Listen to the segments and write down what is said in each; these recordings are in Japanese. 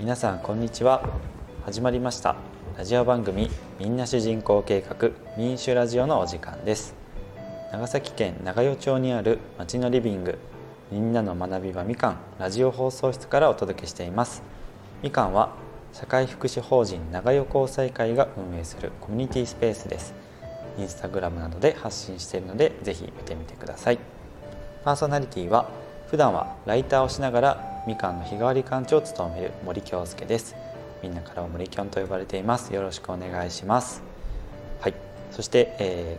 皆さんこんにちは。始まりましたラジオ番組みんな主人公計画民主ラジオのお時間です。長崎県長与町にある町のリビングみんなの学び場みかんラジオ放送室からお届けしています。みかんは社会福祉法人長与交際会が運営するコミュニティスペースです。インスタグラムなどで発信しているのでぜひ見てみてください。パーソナリティは普段はライターをしながらみかんの日替わり館長を務める森京介です。みんなからは森きょんと呼ばれています。よろしくお願いします。はい、そして、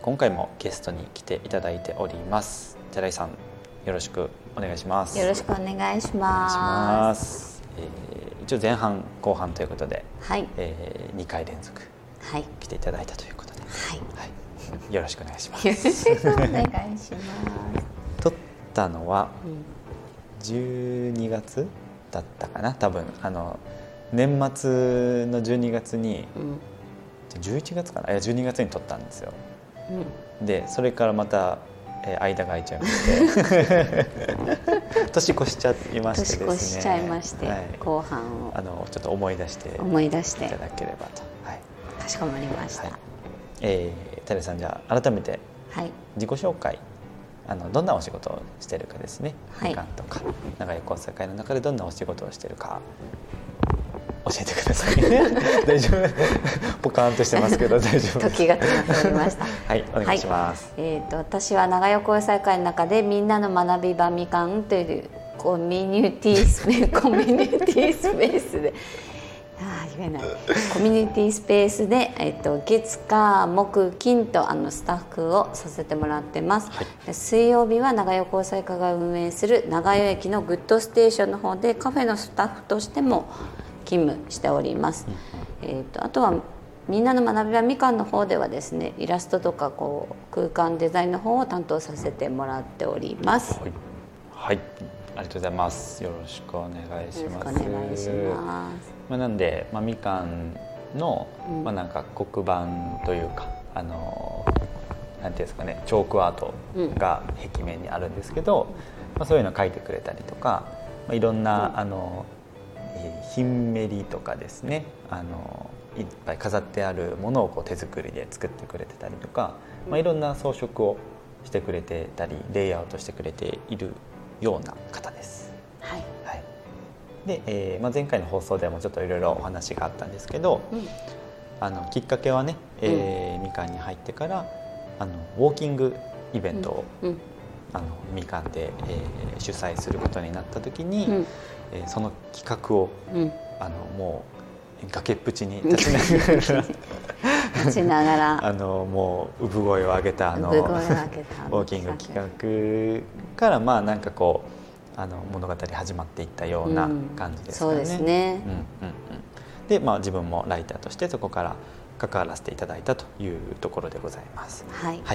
今回もゲストに来ていただいております。寺井さん、よろしくお願いします。 よろしくお願いします。 一応前半後半ということで、 はい、 2回連続来ていただいたということで、 はいはい、よろしくお願いします。 よろしくお願いします。 撮ったのは12月だったかな、多分年末の12月に、11月かな、12月に撮ったんですよ。でそれからまた、間が空いちゃいまして年越しちゃいましてですね。 年越しちゃいまして、はい、後半をちょっと思い出していただければと、はい、 かしこまりました。 はい、寺井さん、じゃあ改めて自己紹介、どんなお仕事をしているかですね、みかんとか長与交際会の中でどんなお仕事をしているか教えてください。大丈夫？ポカーンとしてますけど大丈夫？ 時が止まっておりました。 はい、お願いします。 私は長与交際会の中でみんなの学び場みかんというコミュニティスペースで言えないコミュニティスペースで、月火木金とスタッフをさせてもらってます。はい、水曜日は長与交際会が運営する長与駅のグッドステーションの方でカフェのスタッフとしても勤務しております。あとはみんなの学び場みかんの方ではですね、イラストとか空間デザインの方を担当させてもらっております。 はい、ありがとうございます。よろしくお願いします。 よろしくお願いします。 なんで、みかんの、なんか黒板というかなんていうんですかね、チョークアートが壁面にあるんですけど、そういうのを描いてくれたりとか、いろんな、ヒンメリとかですね、いっぱい飾ってあるものを手作りで作ってくれてたりとか、いろんな装飾をしてくれてたりレイアウトしてくれているような方です。はい、はい、で、前回の放送でもちょっといろいろお話があったんですけど、きっかけはね、みかんに入ってからウォーキングイベントを、みかんで、主催することになった時に、その企画を、もう崖っぷちに立ちながらもう産声を上げたウォーキング企画からなんか物語始まっていったような感じですかね。 そうですね。 で、自分もライターとしてそこから関わらせていただいたというところでございます。はい、はい、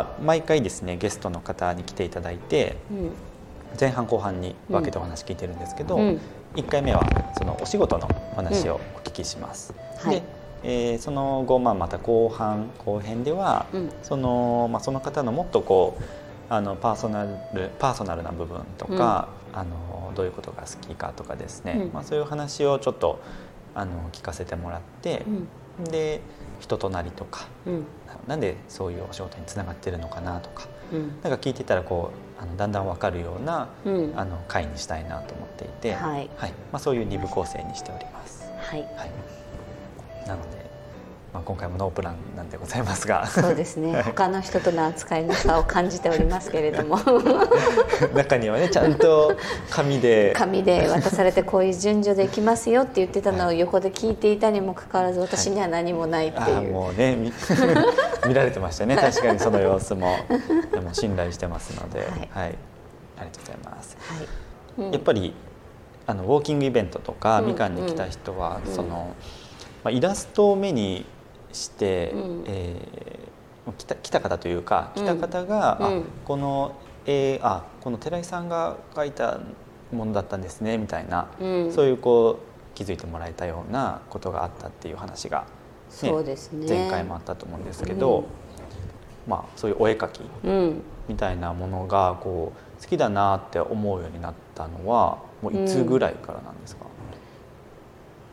毎回ですねゲストの方に来ていただいて、前半後半に分けてお話聞いてるんですけど、1回目はそのお仕事のお話をお聞きします。で、その後、また後編では、その方のもっとパーソナルな部分とか、どういうことが好きかとかですね、そういう話をちょっと聞かせてもらって、で人となりとか、なんでそういうお仕事につながってるのかなとか、なんか聞いてたらだんだん分かるような、回にしたいなと思っていて、はいはい、そういう2部構成にしております。はいはい、なので、今回もノープランなんでございますが、 そうですね、他の人との扱いの差を感じておりますけれども中にはねちゃんと紙で渡されてこういう順序でいきますよって言ってたのを横で聞いていたにもかかわらず私には何もないっていう、 もうね見られてましたね。確かにその様子もでも信頼してますので、はい、はい、ありがとうございます。はい、やっぱりウォーキングイベントとか、みかんに来た人は、イラストを目にして、来た方というか来た方が、この寺井さんが描いたものだったんですねみたいな、そういう気づいてもらえたようなことがあったっていう話が、 そうですね、 前回もあったと思うんですけど、そういうお絵描きみたいなものが好きだなって思うようになったのはもういつぐらいからなんですか？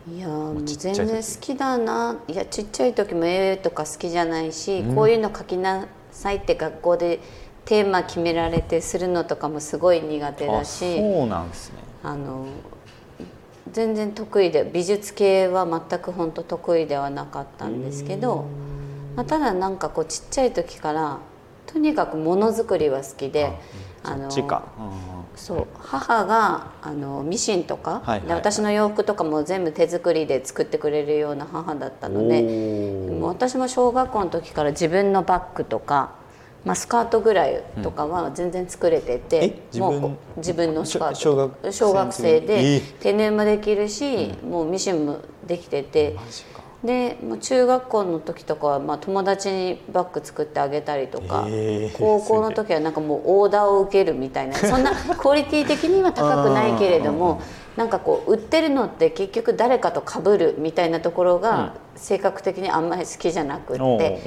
いやもう全然好きだな。いやちっちゃい時も絵とか好きじゃないし、こういうの描きなさいって学校でテーマ決められてするのとかもすごい苦手だし、 そうなんですね。 全然得意で、美術系は全く本当得意ではなかったんですけど、ただなんかこうちっちゃい時からとにかくものづくりは好きで、そう母がミシンとか、で私の洋服とかも全部手作りで作ってくれるような母だったので、もう私も小学校の時から自分のバッグとか、スカートぐらいとかは全然作れてて、もう自分のスカート小学生で手縫いもできるし、もうミシンもできてて。でもう中学校の時とかは友達にバッグ作ってあげたりとか、高校の時はなんかもうオーダーを受けるみたいな、そんなクオリティ的には高くないけれどもなんかこう売ってるのって結局誰かと被るみたいなところが性格的にあんまり好きじゃなくって、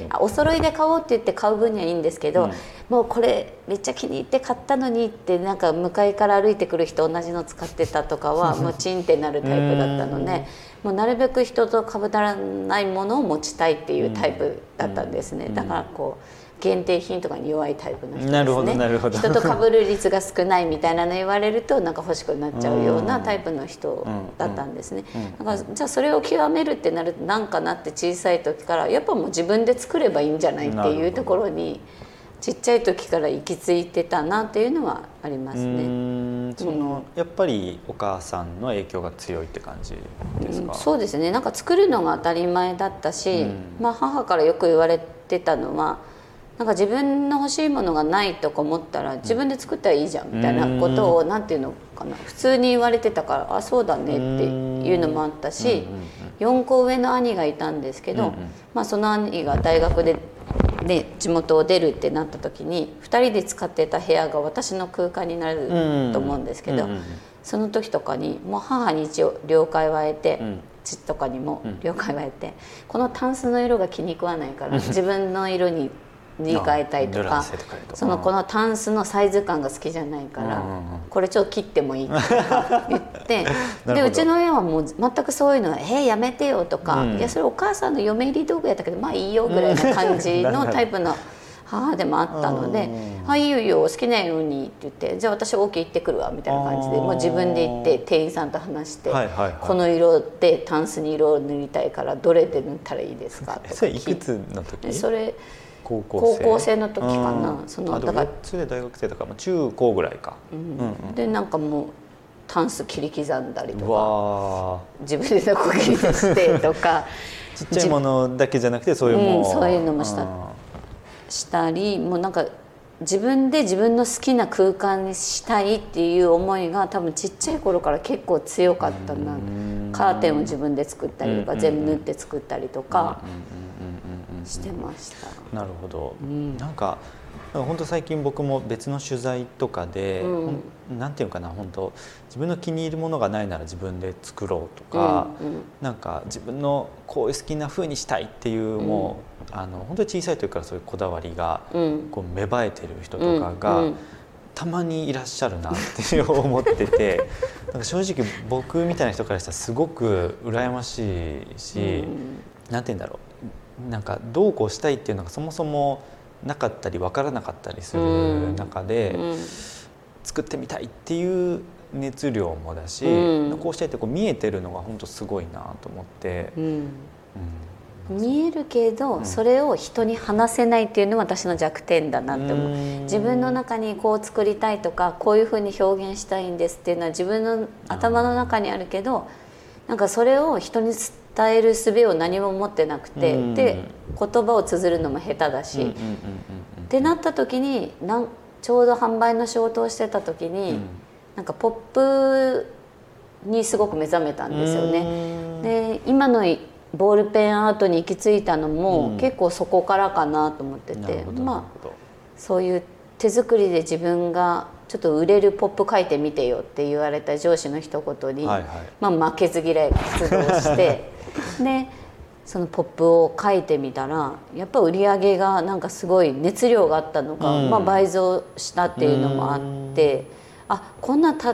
お揃いで買おうって言って買う分にはいいんですけど、もうこれめっちゃ気に入って買ったのにってなんか向かいから歩いてくる人同じの使ってたとかはもうチンってなるタイプだったので、もうなるべく人と被らないものを持ちたいっていうタイプだったんですね。だからこう限定品とかに弱いタイプの人ですね。 なるほどなるほど。 人と被る率が少ないみたいなの言われるとなんか欲しくなっちゃうようなタイプの人だったんですね。だからじゃあそれを極めるってなるとなんかなって小さい時からやっぱもう自分で作ればいいんじゃないっていうところにちっちゃい時から行き着いてたなっていうのはありますね。 やっぱりお母さんの影響が強いって感じですか？ そうですね。なんか作るのが当たり前だったし、母からよく言われてたのは、なんか自分の欲しいものがないとか思ったら自分で作ったらいいじゃんみたいなことをなんていうのかな、普通に言われてたから、あそうだねっていうのもあったし、4個上の兄がいたんですけど、その兄が大学で地元を出るってなった時に2人で使ってた部屋が私の空間になると思うんですけど、その時とかにもう母に一応了解は得て、父とかにも了解は得て、このタンスの色が気に食わないから自分の色に塗り替えたいとか、このタンスのサイズ感が好きじゃないからこれちょっと切ってもいいとか言ってでうちの親はもう全くそういうのはやめてよとか、いやそれお母さんの嫁入り道具やったけどまあいいよぐらいな感じのタイプの母でもあったので「はいいよいいよ好きなように」って言って「じゃあ私 OK 行ってくるわ」みたいな感じでもう自分で行って店員さんと話して「この色でタンスに色を塗りたいからどれで塗ったらいいですか?」とかそれいくつの時？ それ高校生の時かな。 だからそれで大学生だから中高ぐらいか。 でなんかもうタンス切り刻んだりとか自分でノコギリでしてとかちっちゃいものだけじゃなくてそういうもの、 そういうのもしたり、もうなんか自分で自分の好きな空間にしたいっていう思いが多分ちっちゃい頃から結構強かったな。カーテンを自分で作ったりとか全部縫って作ったりとかしてました。 なるほど。なんか本当最近僕も別の取材とかで、なんていうかな、本当自分の気に入るものがないなら自分で作ろうとか、なんか自分のこういう好きな風にしたいっていうもう本当に小さい時からそういうこだわりがこう芽生えてる人とかがたまにいらっしゃるなって思ってて、なんか正直僕みたいな人からしたらすごく羨ましいし、なんていうんだろう、なんかどうこうしたいっていうのがそもそもなかったり分からなかったりする中で、作ってみたいっていう熱量もだし、こうしたいってこう見えてるのが本当すごいなと思って、 見えるけどそれを人に話せないっていうのは私の弱点だなって思う。自分の中にこう作りたいとかこういうふうに表現したいんですっていうのは自分の頭の中にあるけど、なんかそれを人に伝える術を何も持ってなくて、で言葉を綴るのも下手だしってなった時にちょうど販売の仕事をしてた時に、なんかポップにすごく目覚めたんですよね。で今のボールペンアートに行き着いたのも結構そこからかなと思ってて、そういう手作りで自分がちょっと売れるポップ書いてみてよって言われた上司の一言に、負けず嫌いが出動してでそのポップを書いてみたらやっぱ売り上げがなんかすごい熱量があったのか、倍増したっていうのもあって、こんなた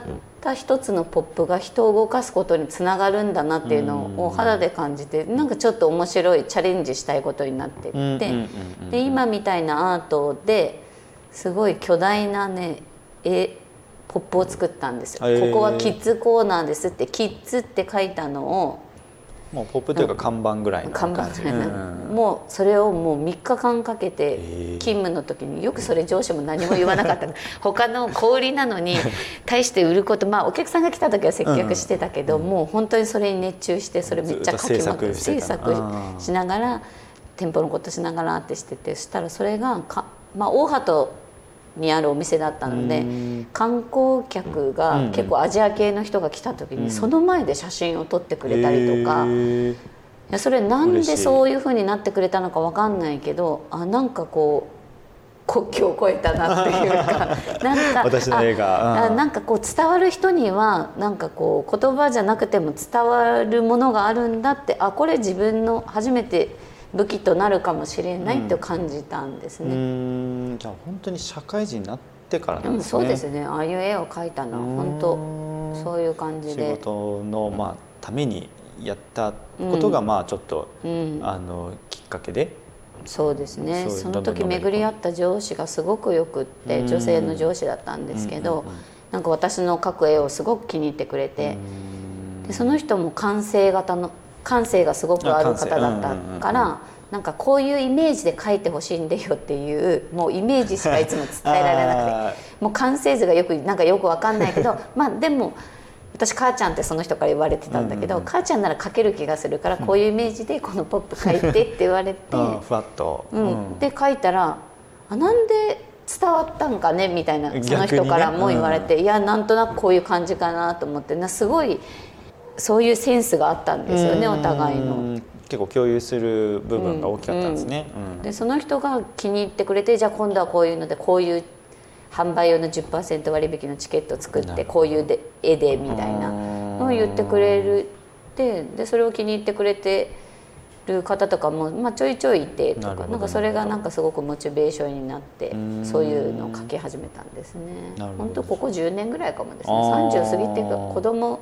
た一つのポップが人を動かすことにつながるんだなっていうのを肌で感じて、なんかちょっと面白いチャレンジしたいことになっていって、で今みたいなアートですごい巨大なねポップを作ったんですよ。ここはキッズコーナーですって、キッズって書いたのをもうポップというか看板ぐらいの感じ、 もうそれをもう3日間かけて勤務の時に、よくそれ上司も何も言わなかった他の小売りなのに対して売ること、まあお客さんが来た時は接客してたけど、もう本当にそれに熱中して、それめっちゃ書きまくって制作しながら店舗のことしながらってしてて、そしたらそれがまあ大鳩にあるお店だったので、観光客が結構アジア系の人が来た時にその前で写真を撮ってくれたりとか、いやそれなんでそういう風になってくれたのか分かんないけど、なんかこう国境を越えたなっていうかなんか私の映画、 なんかこう伝わる人にはなんかこう言葉じゃなくても伝わるものがあるんだって、これ自分の初めて武器となるかもしれないと感じたんですね。 じゃあ本当に社会人になってからなんですね。 そうですね。ああいう絵を描いたのは本当そういう感じで、 仕事のためにやったことがちょっと、きっかけで。 そうですね。その時巡り合った上司がすごくよくって、女性の上司だったんですけど、なんか私の描く絵をすごく気に入ってくれて、でその人も感性がすごくある方だったから、なんかこういうイメージで描いてほしいんだよっていう、もうイメージしかいつも伝えられなくてもう完成図がよく分かんないけどでも私母ちゃんってその人から言われてたんだけど、母ちゃんなら描ける気がするからこういうイメージでこのポップ描いてって言われてふわっと、 で描いたらなんで伝わったんかねみたいな、その人からも言われて、いやなんとなくこういう感じかなと思って、すごいそういうセンスがあったんですよね、お互いの。 結構共有する部分が大きかったんですね。 でその人が気に入ってくれて、じゃあ今度はこういうのでこういう販売用の 10% 割引のチケットを作ってこういう絵でみたいなのを言ってくれるでそれを気に入ってくれてる方とかも、ちょいちょいいてとか、なんかそれがなんかすごくモチベーションになってそういうのを描き始めたんですね。本当ここ10年ぐらいかもですね。30過ぎて子供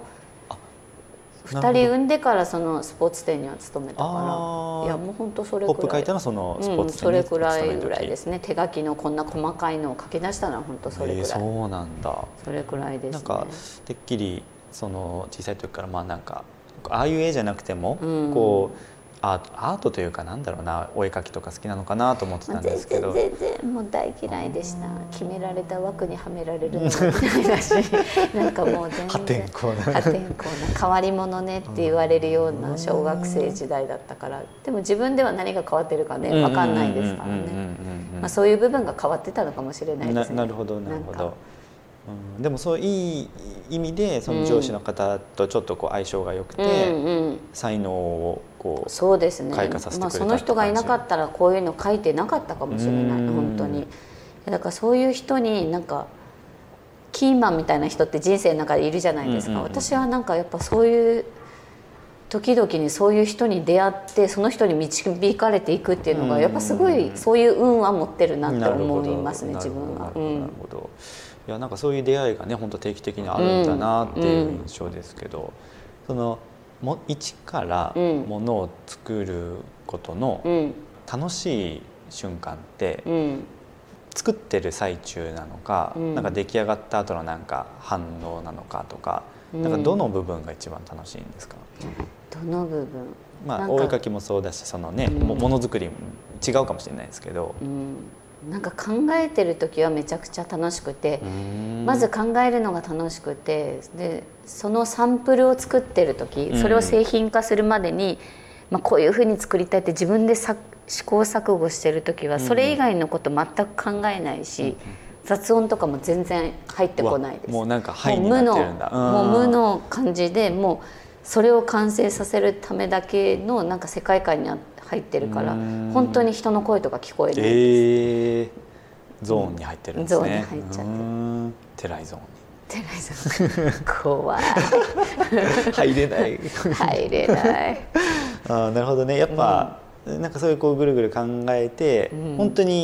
2人産んでからそのスポーツ店には勤めたから、いやもう本当それくらいポップ描いたのそのスポーツ店にそれくらいぐらいですね。手書きのこんな細かいのを書き出したのは本当それくらい。 そうなんだ。 それくらいですね。 なんかてっきりその小さい時からなんかああいう絵じゃなくても、こうアートというかなんだろうな、お絵描きとか好きなのかなと思ってたんですけど、 全然もう大嫌いでした。決められた枠にはめられるのが嫌いだしなんかもう全然破天荒な変わり者ねって言われるような小学生時代だったから、でも自分では何が変わってるかね分かんないですからね。そういう部分が変わってたのかもしれないですね。 なるほどなるほど。でもそういい意味でその上司の方とちょっとこう相性が良くて、才能をこうそうですね。 開花させてくれたその人がいなかったらこういうの書いてなかったかもしれない本当に。だからそういう人になんかキーマンみたいな人って人生の中でいるじゃないですか。私はなんかやっぱそういう時々にそういう人に出会ってその人に導かれていくっていうのがやっぱすごいそういう運は持ってるなって思いますね自分は。 なるほど。いやなんかそういう出会いがね本当定期的にあるんだなっていう印象ですけど、その一からものを作ることの楽しい瞬間って、作ってる最中なのか、なんか出来上がった後のなんか反応なのかとか、なんかどの部分が一番楽しいんですか？ どの部分？ お絵描きもそうだし、そのね、ものづくりも違うかもしれないですけど。 なんか考えてる時はめちゃくちゃ楽しくて、まず考えるのが楽しくて、でそのサンプルを作ってる時、それを製品化するまでに、こういうふうに作りたいって自分で試行錯誤してる時はそれ以外のこと全く考えないし、雑音とかも全然入ってこないです。 もうなんかはいになってるんだ。 もう無の感じで、もうそれを完成させるためだけのなんか世界観に入ってるから、本当に人の声とか聞こえないです。 ゾーンに入ってるんですね。 ゾーンに入っちゃって。 テライゾーンに。 テライゾーン。怖い。 入れない。 入れない。 なるほどね。やっぱ、なんかそういうこうぐるぐる考えて、本当に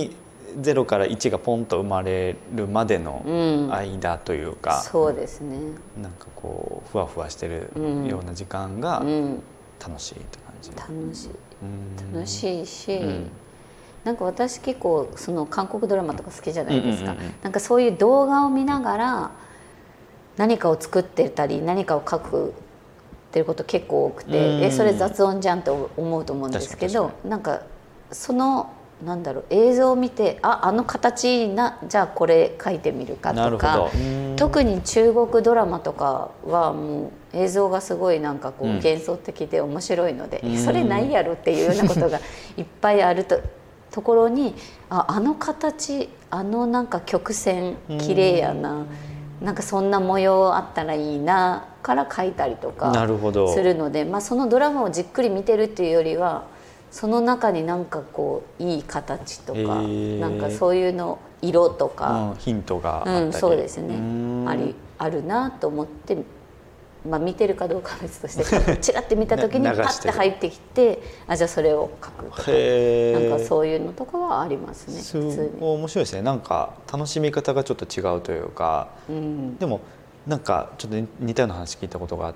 0から1がポンと生まれるまでの間というか、 そうですね、 なんかこうふわふわしてるような時間が楽しいって感じ。 楽しいし、なんか私結構その韓国ドラマとか好きじゃないですか。なんかそういう動画を見ながら何かを作ってたり何かを書くっていうこと結構多くて、それ雑音じゃんって思うと思うんですけど、なんかそのなんだろう、映像を見てあの形な、じゃあこれ書いてみるかとか、特に中国ドラマとかはもう映像がすごいなんかこう幻想的で面白いので、それないやろっていうようなことがいっぱいあるところにあの形、なんか曲線綺麗やな、なんかそんな模様あったらいいなから書いたりとかするので、そのドラマをじっくり見てるっていうよりはその中になんかこういい形とか、なんかそういうの色とか、 ヒントがあったり、 そうですね、あるなと思って、見てるかどうかは別としてチラッて見た時にパッて入ってきてじゃあそれを書くとか、なんかそういうのとかはありますね。普通に面白いですね。なんか楽しみ方がちょっと違うというか、でもなんかちょっと似たような話聞いたことがあって、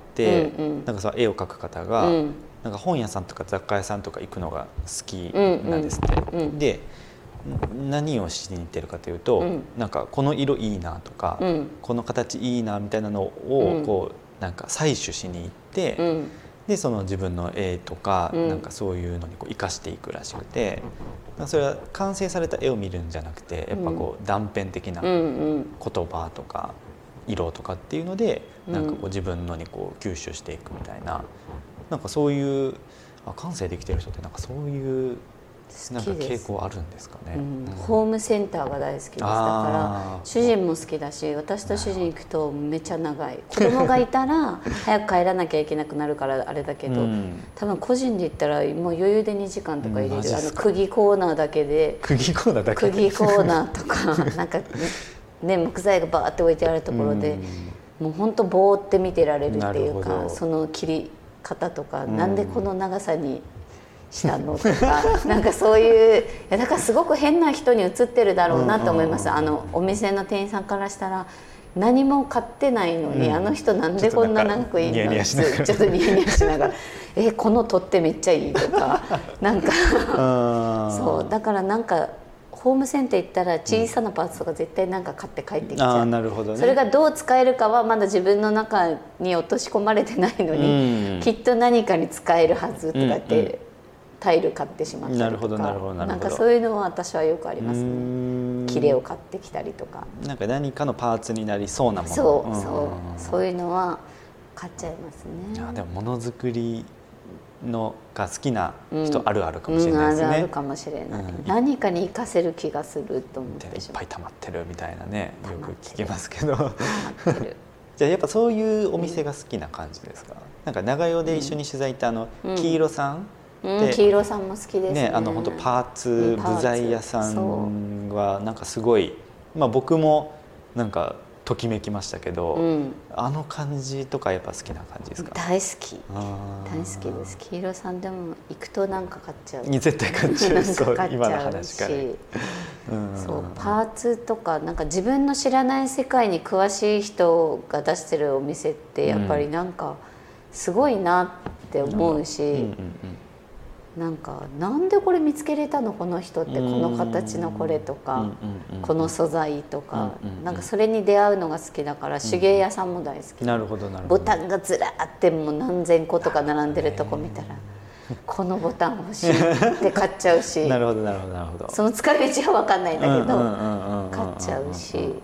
なんかその絵を描く方が、なんか本屋さんとか雑貨屋さんとか行くのが好きなんですって。で何をしに行ってるかというと、なんかこの色いいなとか、この形いいなみたいなのをこうなんか採取しに行って、でその自分の絵とか、なんかそういうのにこう生かしていくらしくて、それは完成された絵を見るんじゃなくて、やっぱこう断片的な言葉とか色とかっていうので、なんかこう自分のにこう吸収していくみたいな、なんかそういう感性できてる人ってなんかそういうなんか傾向あるんですかね。 ホームセンターが大好きです。だから主人も好きだし、私と主人行くとめちゃ長い。子供がいたら早く帰らなきゃいけなくなるからあれだけど、多分個人で行ったらもう余裕で2時間とか入れる。釘コーナーだけで釘コーナーとかなんかね、木材がバーって置いてあるところで、もう本当ぼーって見てられるっていうか、その切り方とか、なんでこの長さにしたのとかなんかそういう、だからすごく変な人に映ってるだろうなと思います。お店の店員さんからしたら何も買ってないのに、あの人なんでこんな長くいいのってちょっとニヤニヤしながらこの取っ手めっちゃいいとかなんかそうだからなんかホームセンター行ったら小さなパーツとか絶対なんか買って帰ってきちゃう。 なるほどね。 それがどう使えるかはまだ自分の中に落とし込まれてないのに、きっと何かに使えるはずとかってタイル買ってしまったりとか、なんかそういうのは私はよくありますね。切れを買ってきたりとか、 なんか何かのパーツになりそうなもの、 そういうのは買っちゃいますね。 でもものづくりのが好きな人あるあるかもしれないですね。 あるかもしれない。何かに活かせる気がすると思っていっぱい溜まってるみたいなね、よく聞きますけどじゃあやっぱそういうお店が好きな感じですか。なんか長与で一緒に取材行った黄色さん、 黄色さんも好きですね。 本当パーツ部材屋さんはなんかすごい、僕もなんかときめきましたけど、あの感じとかやっぱ好きな感じですか。 大好きです。黄色さんでも行くとなんか買っちゃう。 絶対買っちゃう。そう今の話から。 そうパーツとかなんか自分の知らない世界に詳しい人が出してるお店ってやっぱりなんかすごいなって思うし。なんでこれ見つけれたのこの人って、この形のこれとかこの素材とか、なんかそれに出会うのが好きだから、手芸屋さんも大好き。 なるほどなるほど。 ボタンがずらーってもう何千個とか並んでるとこ見たらこのボタン欲しいって買っちゃうしなるほどなるほどなるほど。その使い道は分かんないんだけど買っちゃうし、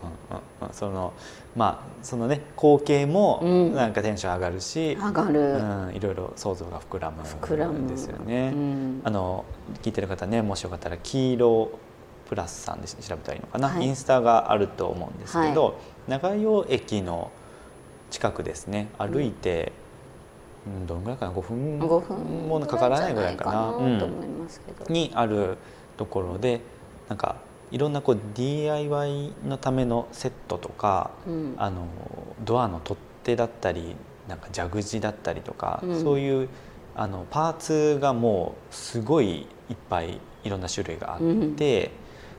そのね光景もなんかテンション上がるし、 上がる、 いろいろ想像が膨らむんですよね。聞いてる方ね、もしよかったら黄色プラスさんで調べたらいいのかな、インスタがあると思うんですけど、長与駅の近くですね、歩いてどのぐらいかな、5分もかからないぐらいかなにあるところで、なんかいろんなこう DIY のためのセットとか、ドアの取っ手だったりなんか蛇口だったりとか、そういうパーツがもうすごいいっぱいいろんな種類があって、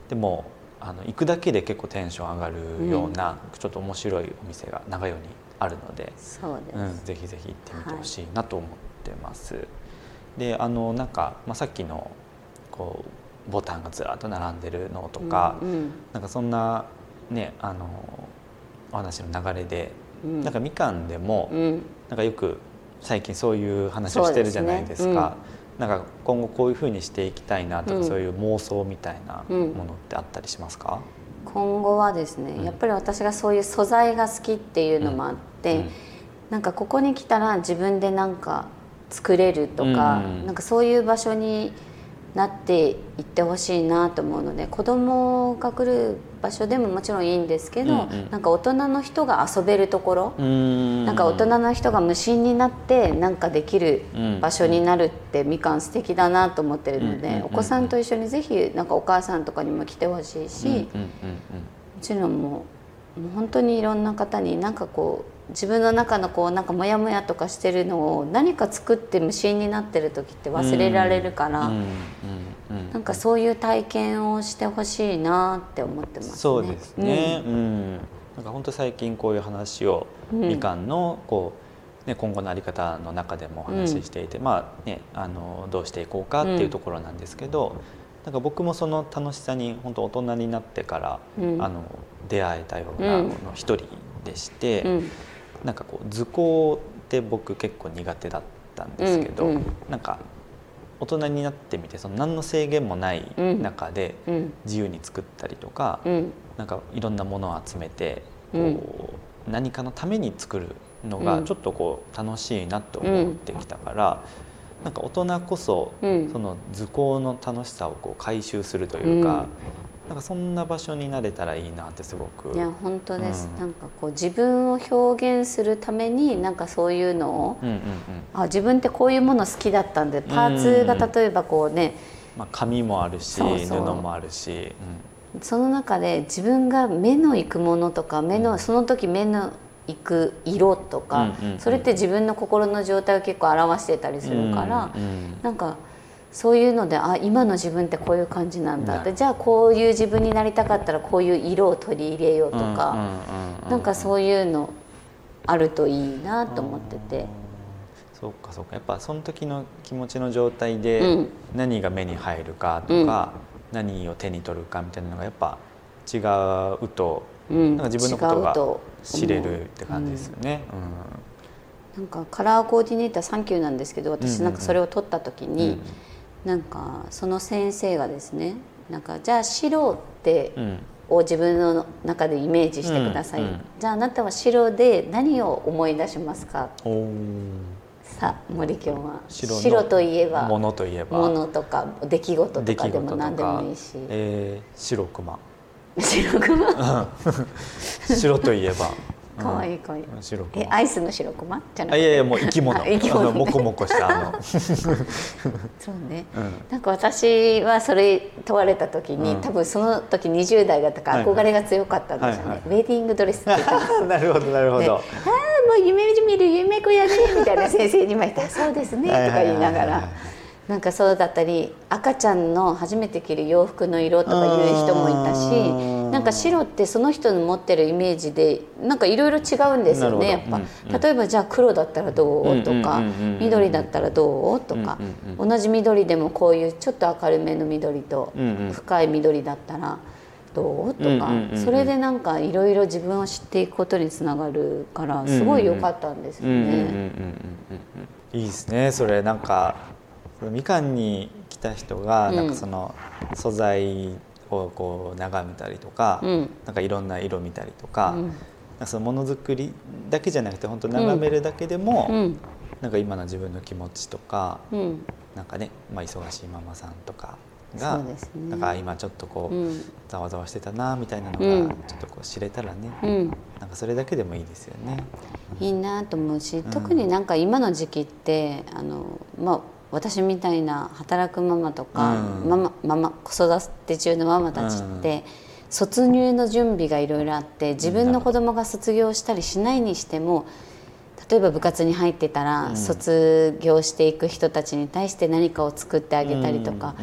でも行くだけで結構テンション上がるような、ちょっと面白いお店が長与にあるので、 そうです、 ぜひぜひ行ってみてほしいなと思ってます。でなんか、さっきのこうボタンがずらっと並んでるのとか、なんかそんなねお話の流れで、なんかみかんでも、なんかよく最近そういう話をしてるじゃないですか。なんか今後こういうふうにしていきたいなとか、そういう妄想みたいなものってあったりしますか？ 今後はですね、やっぱり私がそういう素材が好きっていうのもあって、なんかここに来たら自分でなんか作れるとか、なんかそういう場所になっていってほしいなと思うので、子供が来る場所でももちろんいいんですけど、なんか大人の人が遊べるところ、なんか大人の人が無心になってなんかできる場所になるってみかん素敵だなと思ってるので、お子さんと一緒にぜひなんかお母さんとかにも来てほしいし、もちろんもう本当にいろんな方になんかこう自分の中のこうなんかモヤモヤとかしてるのを何か作って無心になってる時って忘れられるから、なんかそういう体験をしてほしいなって思ってますね。 そうですね、なんか本当最近こういう話をみかんのこう、今後の在り方の中でもお話ししていて、どうしていこうかっていうところなんですけど、なんか僕もその楽しさに本当大人になってから、出会えたようなの一人でして、なんかこう図工って僕結構苦手だったんですけど、なんか大人になってみてその何の制限もない中で自由に作ったりとか、なんかいろんなものを集めてこう何かのために作るのがちょっとこう楽しいなと思ってきたから、なんか大人こそその図工の楽しさをこう回収するというか、なんかそんな場所になれたらいいなってすごく。 いや本当です、なんかこう自分を表現するためになんかそういうのを、自分ってこういうもの好きだったんで、パーツが例えばこうね、 紙もあるし布もあるし、 その中で自分が目の行くものとかその時目の行く色とか、それって自分の心の状態を結構表してたりするから、なんかそういうので今の自分ってこういう感じなんだって、じゃあこういう自分になりたかったらこういう色を取り入れようとか、なんかそういうのあるといいなと思ってて。 そうかそうか、やっぱその時の気持ちの状態で何が目に入るかとか、何を手に取るかみたいなのがやっぱ違うと、なんか自分のことが知れるって感じですよね。 なんかカラーコーディネーター3級なんですけど、私なんかそれを取った時に、なんかその先生がですね、なんかじゃあ白ってを自分の中でイメージしてください、じゃああなたは白で何を思い出しますか。さあ森京は白といえばものといえばものとか出来事とかでも何でもいいし、 白熊白熊白といえばかわいいかわいい。アイスの白熊じゃなくて、 いやいやもう生き物、もこもこしたそうね、なんか私はそれ問われた時に、多分その時20代だったから憧れが強かったんですよね。ウェディングドレスって言ったんですよ。 なるほどなるほど。 もう夢見る夢子やねみたいな先生にもいたらそうですねとか言いながら、なんかそうだったり、赤ちゃんの初めて着る洋服の色とかいう人もいたし、なんか白ってその人の持ってるイメージでなんかいろいろ違うんですよね。やっぱ例えばじゃあ黒だったらどうとか、緑だったらどうとか、同じ緑でもこういうちょっと明るめの緑と深い緑だったらどうとか、それでなんかいろいろ自分を知っていくことにつながるからすごい良かったんですよね。 いいですね。それなんかみかんに来た人がなんかその素材をこう眺めたりとか、なんかいろんな色見たりとか、なんかそのものづくりだけじゃなくて本当眺めるだけでも、なんか今の自分の気持ちとか、なんかね、忙しいママさんとかが、なんか今ちょっとこうざわざわしてたなみたいなのがちょっとこう知れたらね、なんかそれだけでもいいですよね。 いいなと思うし、特になんか今の時期って私みたいな働くママとか、子育て中のママたちって、卒入の準備がいろいろあって、自分の子供が卒業したりしないにしても、例えば部活に入ってたら、卒業していく人たちに対して何かを作ってあげたりとか、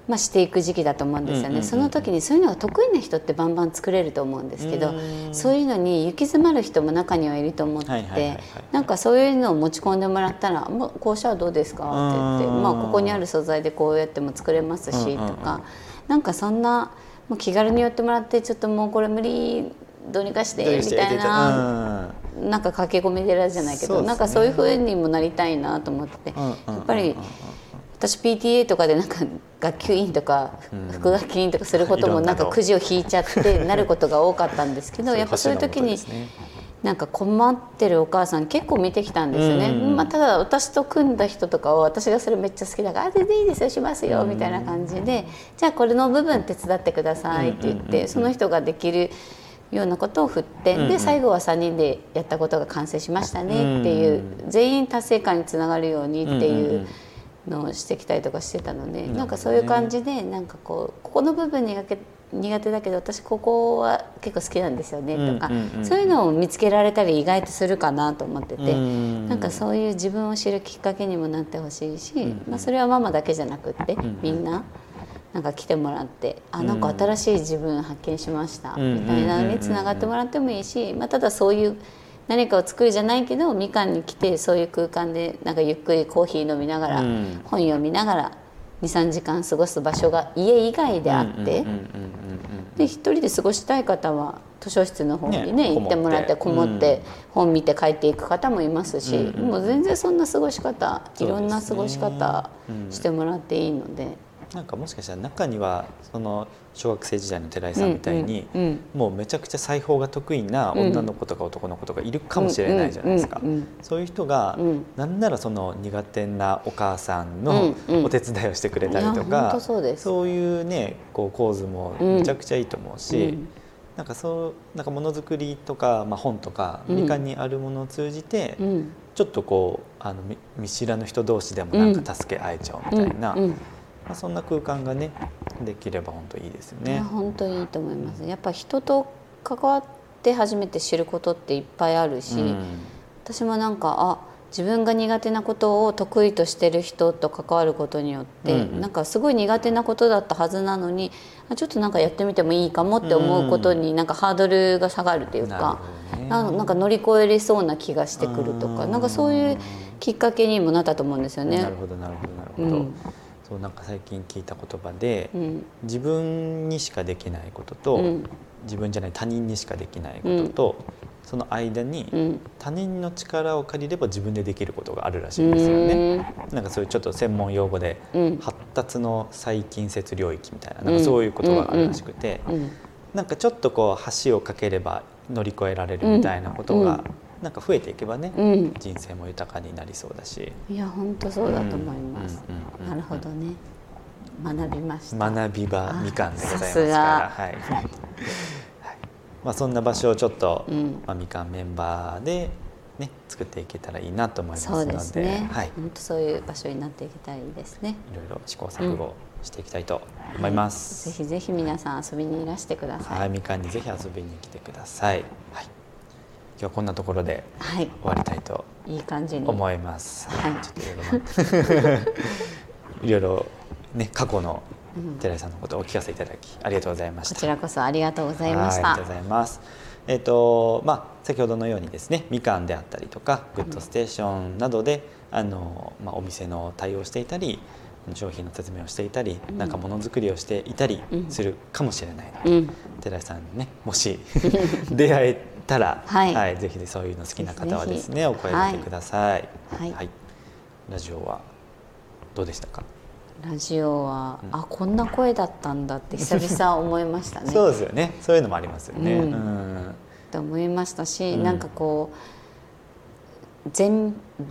していく時期だと思うんですよね。その時にそういうのが得意な人ってバンバン作れると思うんですけど、そういうのに行き詰まる人も中にはいると思って、なんかそういうのを持ち込んでもらったら「もうこうしたらどうですか?」って言って「ここにある素材でこうやっても作れますし」とか、なんかそんなもう気軽に寄ってもらって「ちょっともうこれ無理どうにかして」みたいな、なんか駆け込み寺じゃないけど、なんかそういう風にもなりたいなと思って、やっぱり私 PTA とかでなんか学級委員とか副学級委員とかすることもなんかくじを引いちゃってなることが多かったんですけど、やっぱそういう時になんか困ってるお母さん結構見てきたんですよね。ただ私と組んだ人とかは私がそれめっちゃ好きだから「全然いいですよしますよ」みたいな感じで「じゃあこれの部分手伝ってください」って言ってその人ができるようなことを振って、で最後は3人でやったことが完成しましたねっていう、全員達成感につながるようにっていうのをしてきたりとかしてたので、なんかそういう感じでなんかここの部分苦手だけど私ここは結構好きなんですよねとか、そういうのを見つけられたり意外とするかなと思ってて、なんかそういう自分を知るきっかけにもなってほしいし、それはママだけじゃなくってみんななんか来てもらって「なんか新しい自分発見しました」みたいなのにつながってもらってもいいし、ただそういう何かを作るじゃないけどみかんに来てそういう空間でなんかゆっくりコーヒー飲みながら、本読みながら 2,3 時間過ごす場所が家以外であって、で一人で過ごしたい方は図書室の方にね行ってもらってこもって本見て帰っていく方もいますし、もう全然そんな過ごし方いろんな過ごし方してもらっていいので。 なんかもしかしたら中にはその小学生時代の寺井さんみたいにもうめちゃくちゃ裁縫が得意な女の子とか男の子とかいるかもしれないじゃないですか。そういう人がなんならその苦手なお母さんのお手伝いをしてくれたりとか、そういうねこう構図もめちゃくちゃいいと思うし、なんかなんかものづくりとか本とかみかんにあるものを通じてちょっとこう見知らぬ人同士でもなんか助け合えちゃうみたいな。そんな空間がねできれば本当いいですよね。 本当にいいと思います。やっぱ人と関わって初めて知ることっていっぱいあるし、私もなんか自分が苦手なことを得意としてる人と関わることによって、なんかすごい苦手なことだったはずなのにちょっとなんかやってみてもいいかもって思うことになんかハードルが下がるというか、なんか乗り越えれそうな気がしてくるとか、なんかそういうきっかけにもなったと思うんですよね。 なるほどなるほどなるほど。そうなんか最近聞いた言葉で、自分にしかできないことと、自分じゃない他人にしかできないことと、その間に他人の力を借りれば自分でできることがあるらしいんですよね。なんかそういうちょっと専門用語で発達の細菌説領域みたいな、なんかそういうことがあるらしくて、なんかちょっとこう橋を架ければ乗り越えられるみたいなことがなんか増えていけばね、人生も豊かになりそうだし。 いや本当そうだと思います。なるほどね。学びました。 学び場みかんでございますから、はい。そんな場所をちょっと、みかんメンバーでね作っていけたらいいなと思いますので、 そうですね。本当そういう場所になっていけたらいいですね。 いろいろ試行錯誤していきたいと思います。 ぜひぜひ皆さん遊びにいらしてください。 はい、みかんにぜひ遊びに来てください。はい。今日はこんなところで終わりたいと思います。ちょっといろいろね過去の寺井さんのことをお聞かせいただきありがとうございました。 こちらこそありがとうございました。 ありがとうございます。先ほどのようにですね、みかんであったりとかグッドステーションなどでお店の対応していたり、商品の説明をしていたり、なんかものづくりをしていたりするかもしれないので、寺井さんにねもし出会えたら、ぜひそういうの好きな方はですねお声掛けください。ラジオはどうでしたか？ ラジオは、こんな声だったんだって久々思いましたね。 そうですよね。そういうのもありますよね。 と思いましたし、なんかこう前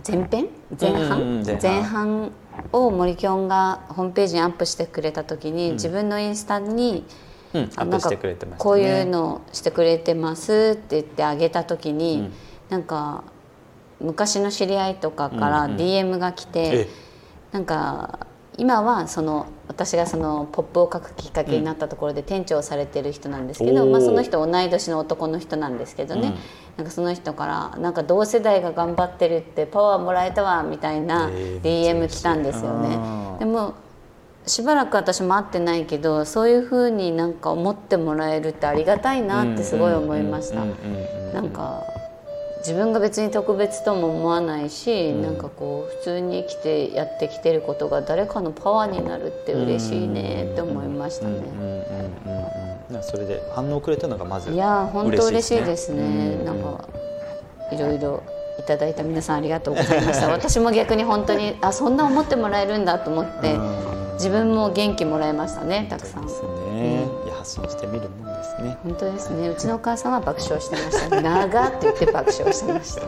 半を森きょんがホームページにアップしてくれた時に、自分のインスタになんかこういうのしてくれてますって言ってあげた時に、なんか昔の知り合いとかから DM が来て、なんか今は私がポップを書くきっかけになったところで店長をされてる人なんですけど、その人同い年の男の人なんですけどね、なんかその人からなんか同世代が頑張ってるってパワーもらえたわみたいな DM 来たんですよね。でもしばらく私も会ってないけど、そういう風になんか思ってもらえるってありがたいなってすごい思いました。なんか自分が別に特別とも思わないし、なんかこう普通に生きてやってきてることが誰かのパワーになるって嬉しいねって思いましたね。 それで反応をくれたのがまずいや本当嬉しいですね。なんかいろいろいただいた皆さんありがとうございました。私も逆に本当にそんな思ってもらえるんだと思って自分も元気もらいましたね、たくさん。 ですね、いや発信してみるもんですね。 本当ですね。うちのお母さんは爆笑してました。長って言って爆笑してました。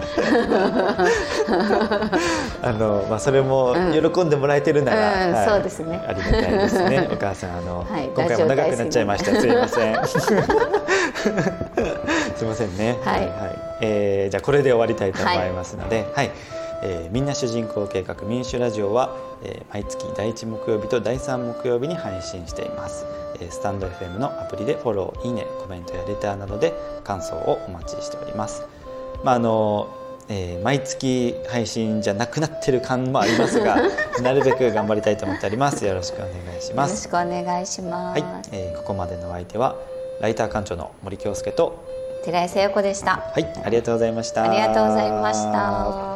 それも喜んでもらえてるなら、 そうですね。 ありがたいですね。お母さん今回も長くなっちゃいました。すいません。すいませんね。じゃあこれで終わりたいと思いますので、みんな主人公計画民主ラジオは、毎月第1木曜日と第3木曜日に配信しています。スタンド FM のアプリでフォロー、いいね、コメントやレターなどで感想をお待ちしております。毎月配信じゃなくなってる感もありますがなるべく頑張りたいと思っております。よろしくお願いします。 よろしくお願いします。 ここまでのお相手はライター館長の森京介と寺井聖代子でした。 ありがとうございました。 ありがとうございました。